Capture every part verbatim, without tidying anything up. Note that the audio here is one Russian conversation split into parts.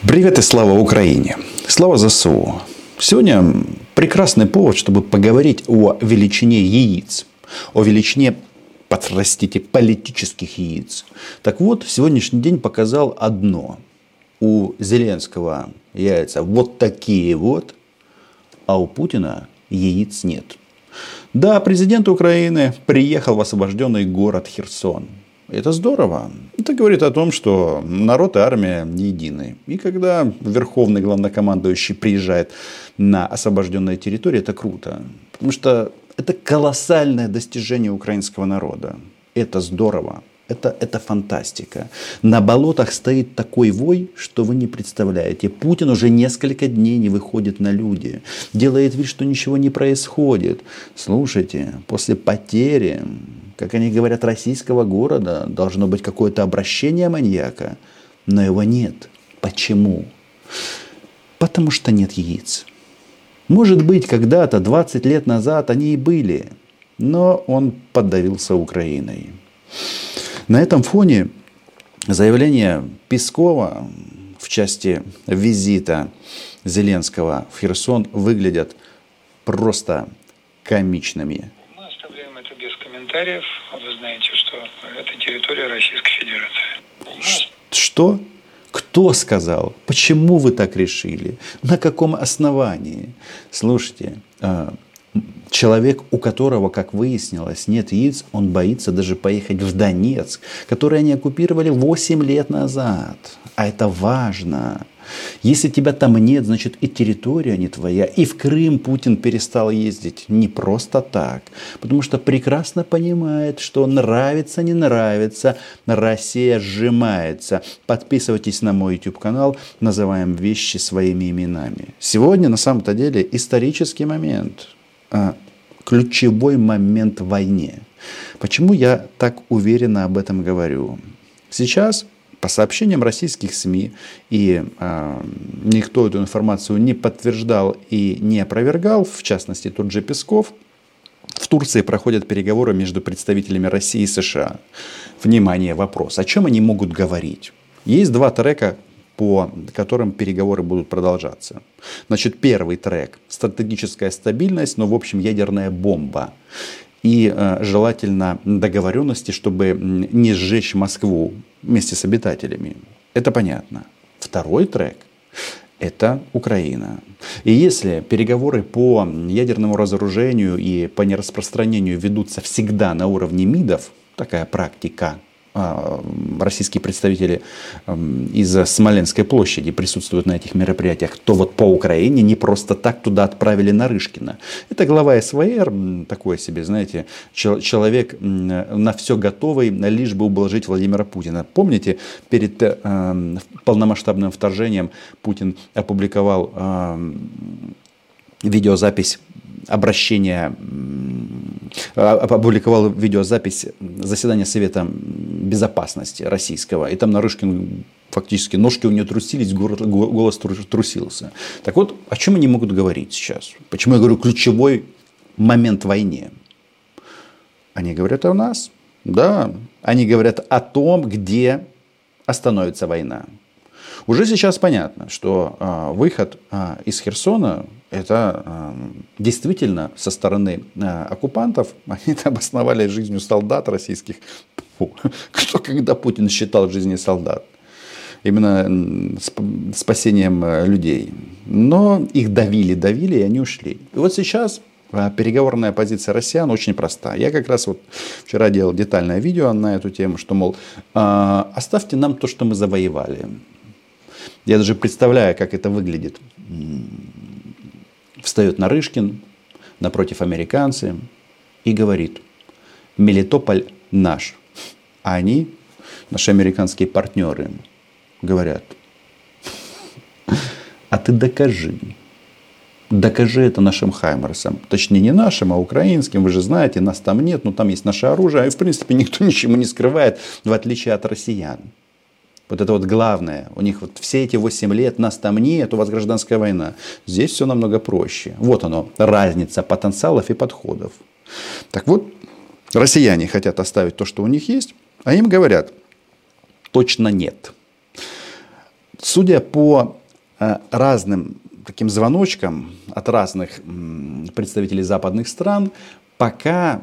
Привет и слава Украине! Слава ЗСУ! Сегодня прекрасный повод, чтобы поговорить о величине яиц. О величине, простите, политических яиц. Так вот, сегодняшний день показал одно. У Зеленского яйца вот такие вот, а у Путина яиц нет. Да, президент Украины приехал в освобожденный город Херсон. Это здорово. Это говорит о том, что народ и армия едины. И когда верховный главнокомандующий приезжает на освобожденные территории, это круто. Потому что это колоссальное достижение украинского народа. Это здорово. Это, это фантастика. На болотах стоит такой вой, что вы не представляете. Путин уже несколько дней не выходит на люди. Делает вид, что ничего не происходит. Слушайте, после потери, как они говорят, российского города, должно быть какое-то обращение маньяка. Но его нет. Почему? Потому что нет яиц. Может быть, когда-то, двадцать лет назад, они и были. Но он поддавился Украиной. На этом фоне заявления Пескова в части визита Зеленского в Херсон выглядят просто комичными. Мы оставляем это без комментариев. Вы знаете, что это территория Российской Федерации. Что? Кто сказал? Почему вы так решили? На каком основании? Слушайте, человек, у которого, как выяснилось, нет яиц, он боится даже поехать в Донецк, который они оккупировали восемь лет назад. А это важно. Если тебя там нет, значит и территория не твоя. И в Крым Путин перестал ездить не просто так. Потому что прекрасно понимает, что нравится, не нравится, Россия сжимается. Подписывайтесь на мой YouTube канал, называем вещи своими именами. Сегодня на самом-то деле исторический момент. Ключевой момент в войне. Почему я так уверенно об этом говорю? Сейчас, по сообщениям российских СМИ, и э, никто эту информацию не подтверждал и не опровергал, в частности тот же Песков, в Турции проходят переговоры между представителями России и США. Внимание, вопрос. О чем они могут говорить? Есть два трека, по которым переговоры будут продолжаться. Значит, первый трек – стратегическая стабильность, но, в общем, ядерная бомба. И э, желательно договоренности, чтобы не сжечь Москву вместе с обитателями. Это понятно. Второй трек – это Украина. И если переговоры по ядерному разоружению и по нераспространению ведутся всегда на уровне МИДов, такая практика, российские представители из Смоленской площади присутствуют на этих мероприятиях, то вот по Украине не просто так туда отправили Нарышкина. Это глава СВР, такой себе, знаете, человек на все готовый, лишь бы ублажить Владимира Путина. Помните, перед полномасштабным вторжением Путин опубликовал видеозапись обращения, опубликовал видеозапись заседания Совета Безопасности российского. И там Нарышкин фактически ножки у нее трусились, голос трусился. Так вот, о чем они могут говорить сейчас? Почему я говорю ключевой момент в войне? Они говорят о нас. Да, они говорят о том, где остановится война. Уже сейчас понятно, что э, выход э, из Херсона это э, действительно со стороны э, оккупантов. Они обосновали жизнью солдат российских. Фу. Кто когда Путин считал жизни солдат? Именно сп- спасением э, людей. Но их давили, давили, и они ушли. И вот сейчас э, переговорная позиция россиян очень проста. Я как раз вот вчера делал детальное видео на эту тему, что, мол, э, оставьте нам то, что мы завоевали. Я даже представляю, как это выглядит. Встает Нарышкин, напротив американцы, и говорит: Мелитополь наш. А они, наши американские партнеры, говорят: а ты докажи. Докажи это нашим хаймерсам. Точнее, не нашим, а украинским. Вы же знаете, нас там нет, но там есть наше оружие. И, в принципе, никто ничего не скрывает, в отличие от россиян. Вот это вот главное. У них вот все эти восемь лет, нас там нет, у вас гражданская война. Здесь все намного проще. Вот оно, разница потенциалов и подходов. Так вот, россияне хотят оставить то, что у них есть, а им говорят: точно нет. Судя по разным таким звоночкам от разных представителей западных стран, пока,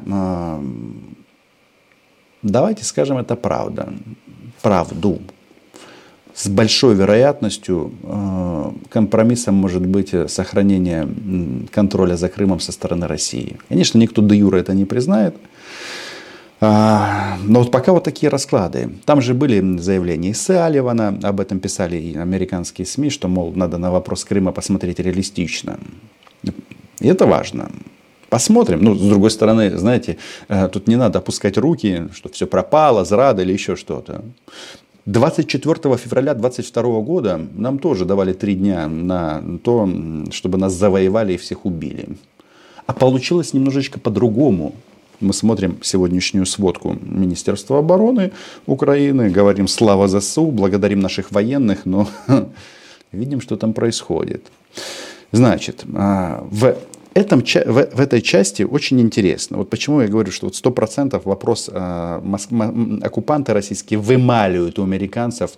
давайте скажем, это правда, правду. С большой вероятностью компромиссом может быть сохранение контроля за Крымом со стороны России. Конечно, никто де юре это не признает. Но вот пока вот такие расклады. Там же были заявления из Салливана, об этом писали и американские СМИ, что, мол, надо на вопрос Крыма посмотреть реалистично. И это важно. Посмотрим. Ну, с другой стороны, знаете, тут не надо опускать руки, что все пропало, зрада или еще что-то. двадцать четвёртого февраля две тысячи двадцать второго года нам тоже давали три дня на то, чтобы нас завоевали и всех убили. А получилось немножечко по-другому. Мы смотрим сегодняшнюю сводку Министерства обороны Украины, говорим «Слава ЗСУ», благодарим наших военных, но видим, что там происходит. Значит, в, этом, в, в этой части очень интересно. Вот почему я говорю, что вот сто процентов вопрос оккупанты российские вымаливают у американцев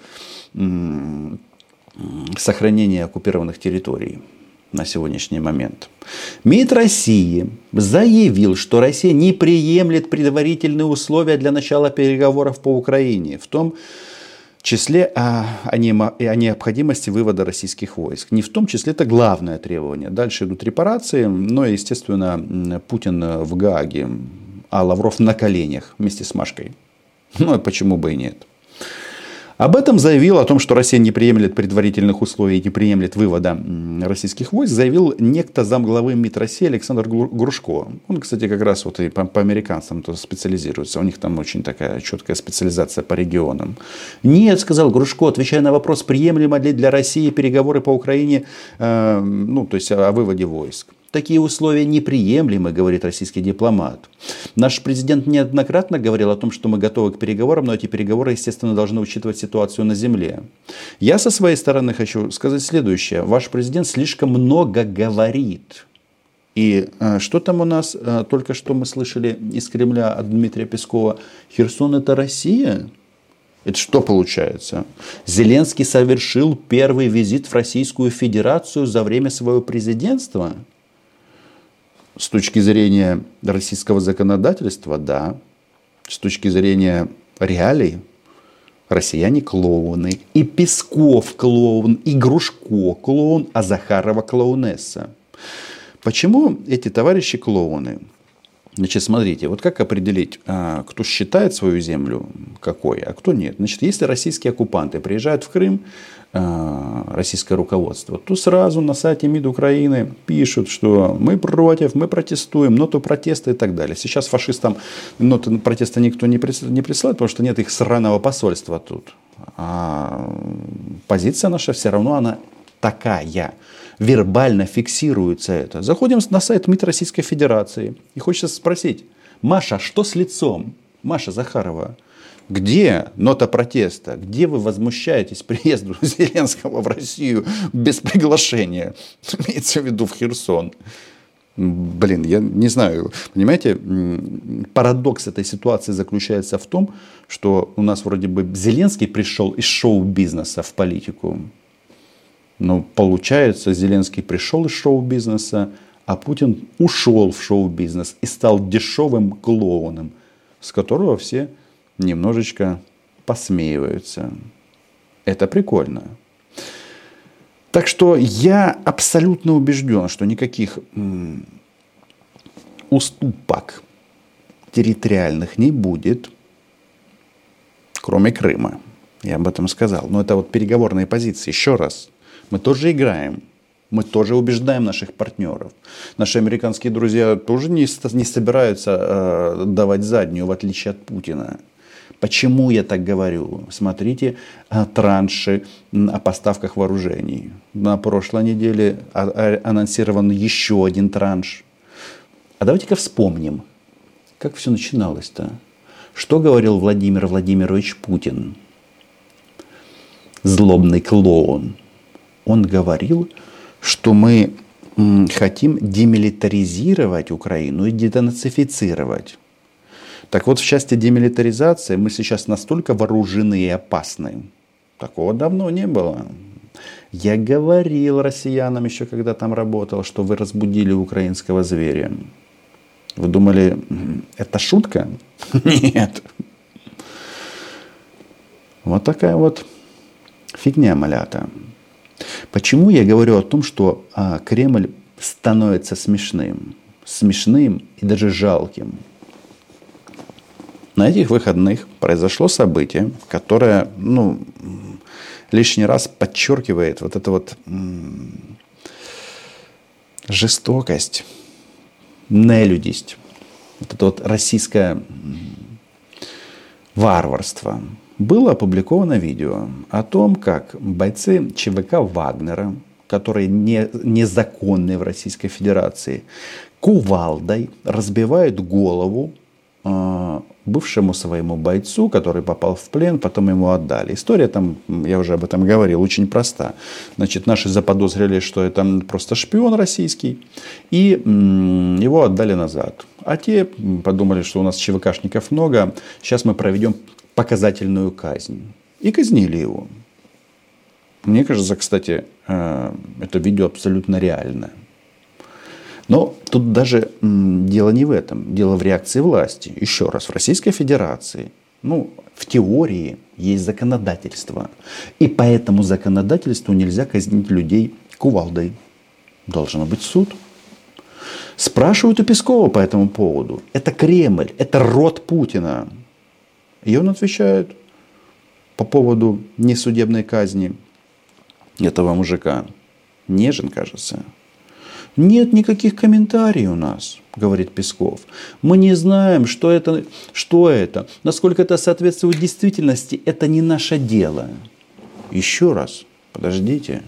сохранение оккупированных территорий на сегодняшний момент. МИД России заявил, что Россия не приемлет предварительные условия для начала переговоров по Украине, в том числе о, о, о необходимости вывода российских войск. Не в том числе, это главное требование. Дальше идут репарации, но, естественно, Путин в Гааге, а Лавров на коленях вместе с Машкой. Ну, и почему бы и нет. Об этом заявил, о том, что Россия не приемлет предварительных условий и не приемлет вывода российских войск, заявил некто замглавы МИД России Александр Грушко. Он, кстати, как раз вот и по, по американцам -то специализируется. У них там очень такая четкая специализация по регионам. Нет, сказал Грушко, отвечая на вопрос, приемлемо ли для России переговоры по Украине, э, ну, то есть о выводе войск. Такие условия неприемлемы, говорит российский дипломат. Наш президент неоднократно говорил о том, что мы готовы к переговорам, но эти переговоры, естественно, должны учитывать ситуацию на земле. Я со своей стороны хочу сказать следующее. Ваш президент слишком много говорит. И э, что там у нас, э, только что мы слышали из Кремля от Дмитрия Пескова, Херсон это Россия? Это что получается? Зеленский совершил первый визит в Российскую Федерацию за время своего президентства? С точки зрения российского законодательства, да. С точки зрения реалий, россияне клоуны. И Песков клоун, и Грушко клоун, а Захарова клоунесса. Почему эти товарищи клоуны? Значит, смотрите, вот как определить, кто считает свою землю какой, а кто нет. Значит, если российские оккупанты приезжают в Крым, российское руководство, то сразу на сайте МИД Украины пишут, что мы против, мы протестуем, ноту протеста и так далее. Сейчас фашистам ноты протеста никто не присылает, потому что нет их сраного посольства тут. А позиция наша все равно она такая. Вербально фиксируется это. Заходим на сайт МИД Российской Федерации. И хочется спросить, Маша, что с лицом? Маша Захарова, где нота протеста? Где вы возмущаетесь приезду Зеленского в Россию без приглашения? Имеется в виду в Херсон. Блин, я не знаю. Понимаете, парадокс этой ситуации заключается в том, что у нас вроде бы Зеленский пришел из шоу-бизнеса в политику. Но получается, Зеленский пришел из шоу-бизнеса, а Путин ушел в шоу-бизнес и стал дешевым клоуном, с которого все немножечко посмеиваются. Это прикольно. Так что я абсолютно убежден, что никаких м- уступок территориальных не будет, кроме Крыма. Я об этом сказал. Но это вот переговорные позиции. Еще раз. Мы тоже играем, мы тоже убеждаем наших партнеров. Наши американские друзья тоже не, не собираются э, давать заднюю, в отличие от Путина. Почему я так говорю? Смотрите э, транши о поставках вооружений. На прошлой неделе а, а, анонсирован еще один транш. А давайте-ка вспомним, как все начиналось-то. Что говорил Владимир Владимирович Путин? Злобный клоун. Он говорил, что мы м, хотим демилитаризировать Украину и денацифицировать. Так вот, в части демилитаризации мы сейчас настолько вооружены и опасны. Такого давно не было. Я говорил россиянам еще, когда там работал, что вы разбудили украинского зверя. Вы думали, это шутка? Нет. Вот такая вот фигня, малята. Почему я говорю о том, что а, Кремль становится смешным? Смешным и даже жалким. На этих выходных произошло событие, которое, ну, лишний раз подчеркивает вот эту вот м- жестокость, нелюдисть, вот это вот российское м- варварство. Было опубликовано видео о том, как бойцы ЧВК Вагнера, которые не, незаконные в Российской Федерации, кувалдой разбивают голову э, бывшему своему бойцу, который попал в плен, потом ему отдали. История там, я уже об этом говорил, очень проста. Значит, наши заподозрили, что это просто шпион российский, и м, его отдали назад. А те подумали, что у нас ЧВКшников много, сейчас мы проведем показательную казнь. И казнили его. Мне кажется, кстати, э, это видео абсолютно реально. Но тут даже м, дело не в этом. Дело в реакции власти. Еще раз, в Российской Федерации, ну, в теории есть законодательство. И по этому законодательству нельзя казнить людей кувалдой. Должен быть суд. Спрашивают у Пескова по этому поводу. Это Кремль, это род Путина. И он отвечает по поводу несудебной казни этого мужика. Нежен, кажется. Нет никаких комментариев у нас, говорит Песков. Мы не знаем, что это, что это, насколько это соответствует действительности. Это не наше дело. Еще раз, подождите.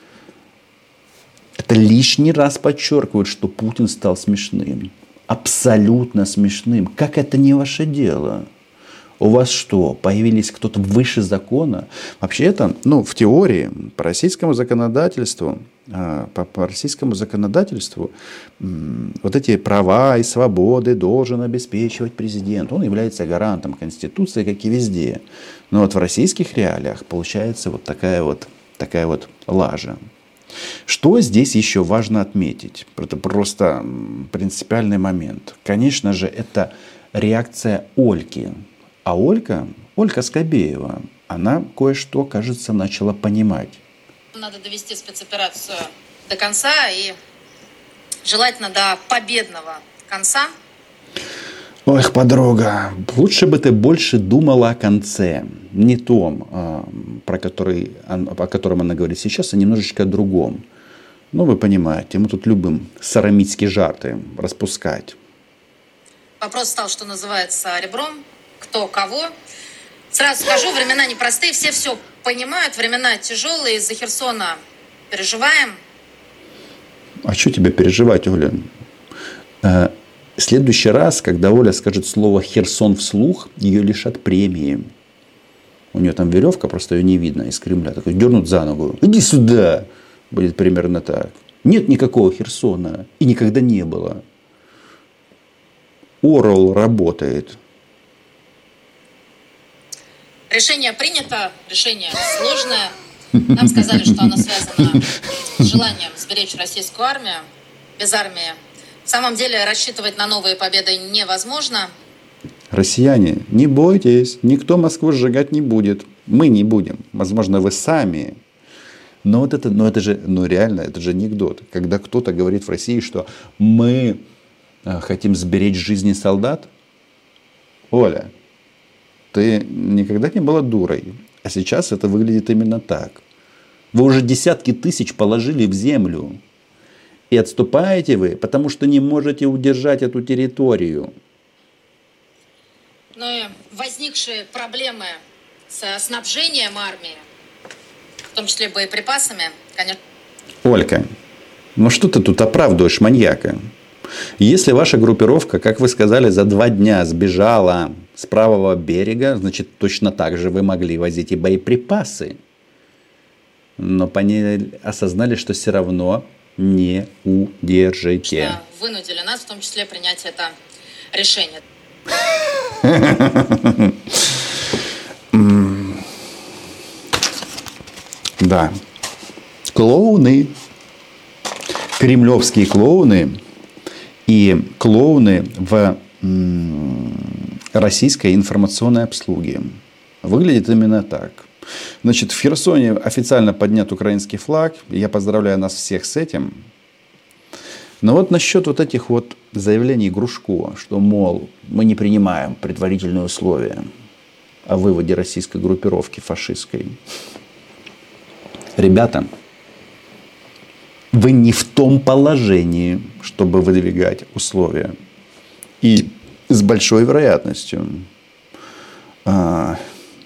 Это лишний раз подчеркивает, что Путин стал смешным. Абсолютно смешным. Как это не ваше дело? У вас что, появились кто-то выше закона? Вообще это, ну, в теории, по российскому законодательству, по, по российскому законодательству вот эти права и свободы должен обеспечивать президент. Он является гарантом Конституции, как и везде. Но вот в российских реалиях получается вот такая вот, такая вот лажа. Что здесь еще важно отметить? Это просто принципиальный момент. Конечно же, это реакция Ольки. А Олька, Олька Скобеева, она кое-что, кажется, начала понимать. Надо довести спецоперацию до конца и желательно до победного конца. Ох, подруга, лучше бы ты больше думала о конце. Не том, про который, о котором она говорит сейчас, а немножечко о другом. Ну, вы понимаете, мы тут любим сарамитские жарты распускать. Вопрос стал, что называется, ребром. Кто кого. Сразу скажу, времена непростые, все все понимают, времена тяжелые, из-за Херсона переживаем. А что тебе переживать, Оля? В следующий раз, когда Оля скажет слово «Херсон» вслух, ее лишат премии. У нее там веревка, просто ее не видно из Кремля. Такой дернут за ногу. Иди сюда. Будет примерно так. Нет никакого Херсона. И никогда не было. Орел работает. Решение принято, решение сложное. Нам сказали, что оно связано с желанием сберечь российскую армию. Без армии в самом деле рассчитывать на новые победы невозможно. Россияне, не бойтесь, никто Москву сжигать не будет. Мы не будем. Возможно, вы сами. Но вот это, но это же, ну реально, это же анекдот. Когда кто-то говорит в России, что мы хотим сберечь жизни солдат. Оля, ты никогда не была дурой, а сейчас это выглядит именно так. Вы уже десятки тысяч положили в землю. И отступаете вы, потому что не можете удержать эту территорию. Ну и возникшие проблемы с снабжением армии, в том числе боеприпасами, конечно. Олька, ну что ты тут оправдываешь маньяка? Если ваша группировка, как вы сказали, за два дня сбежала с правого берега, значит, точно так же вы могли возить и боеприпасы. Но поняли, осознали, что все равно не удержите. Вынудили нас, в том числе, принять это решение. Да, клоуны, кремлевские клоуны и клоуны в российской информационной обслуге. Выглядит именно так. Значит, в Херсоне официально поднят украинский флаг. Я поздравляю нас всех с этим. Но вот насчет вот этих вот заявлений Грушко, что, мол, мы не принимаем предварительные условия о выводе российской группировки фашистской. Ребята, вы не в том положении, чтобы выдвигать условия. И с большой вероятностью а,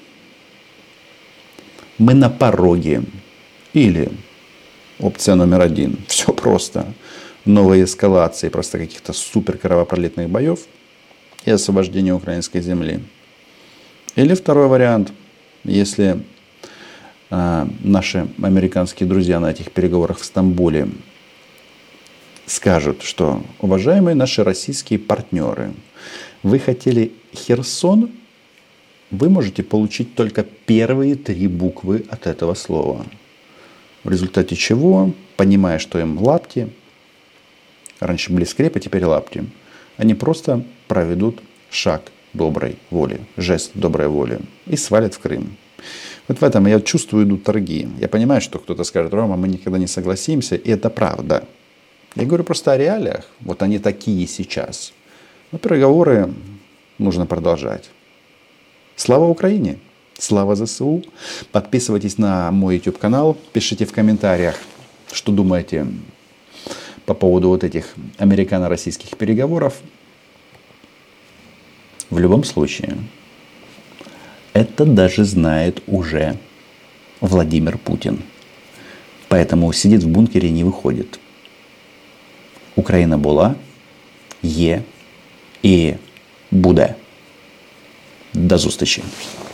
мы на пороге. Или опция номер один. Все просто. Новой эскалации, просто каких-то супер кровопролитных боев и освобождения украинской земли. Или второй вариант. Если а, наши американские друзья на этих переговорах в Стамбуле скажут, что, уважаемые наши российские партнеры, вы хотели Херсон, вы можете получить только первые три буквы от этого слова. В результате чего, понимая, что им лапти, раньше были скрепы, теперь лапти, они просто проведут шаг доброй воли, жест доброй воли и свалят в Крым. Вот в этом я чувствую, идут торги. Я понимаю, что кто-то скажет: Рома, мы никогда не согласимся, и это правда. Я говорю просто о реалиях. Вот они такие сейчас. Но переговоры нужно продолжать. Слава Украине! Слава ЗСУ! Подписывайтесь на мой YouTube канал. Пишите в комментариях, что думаете по поводу вот этих американо-российских переговоров. В любом случае, это даже знает уже Владимир Путин. Поэтому сидит в бункере и не выходит. Україна була, є і буде. До зустрічі.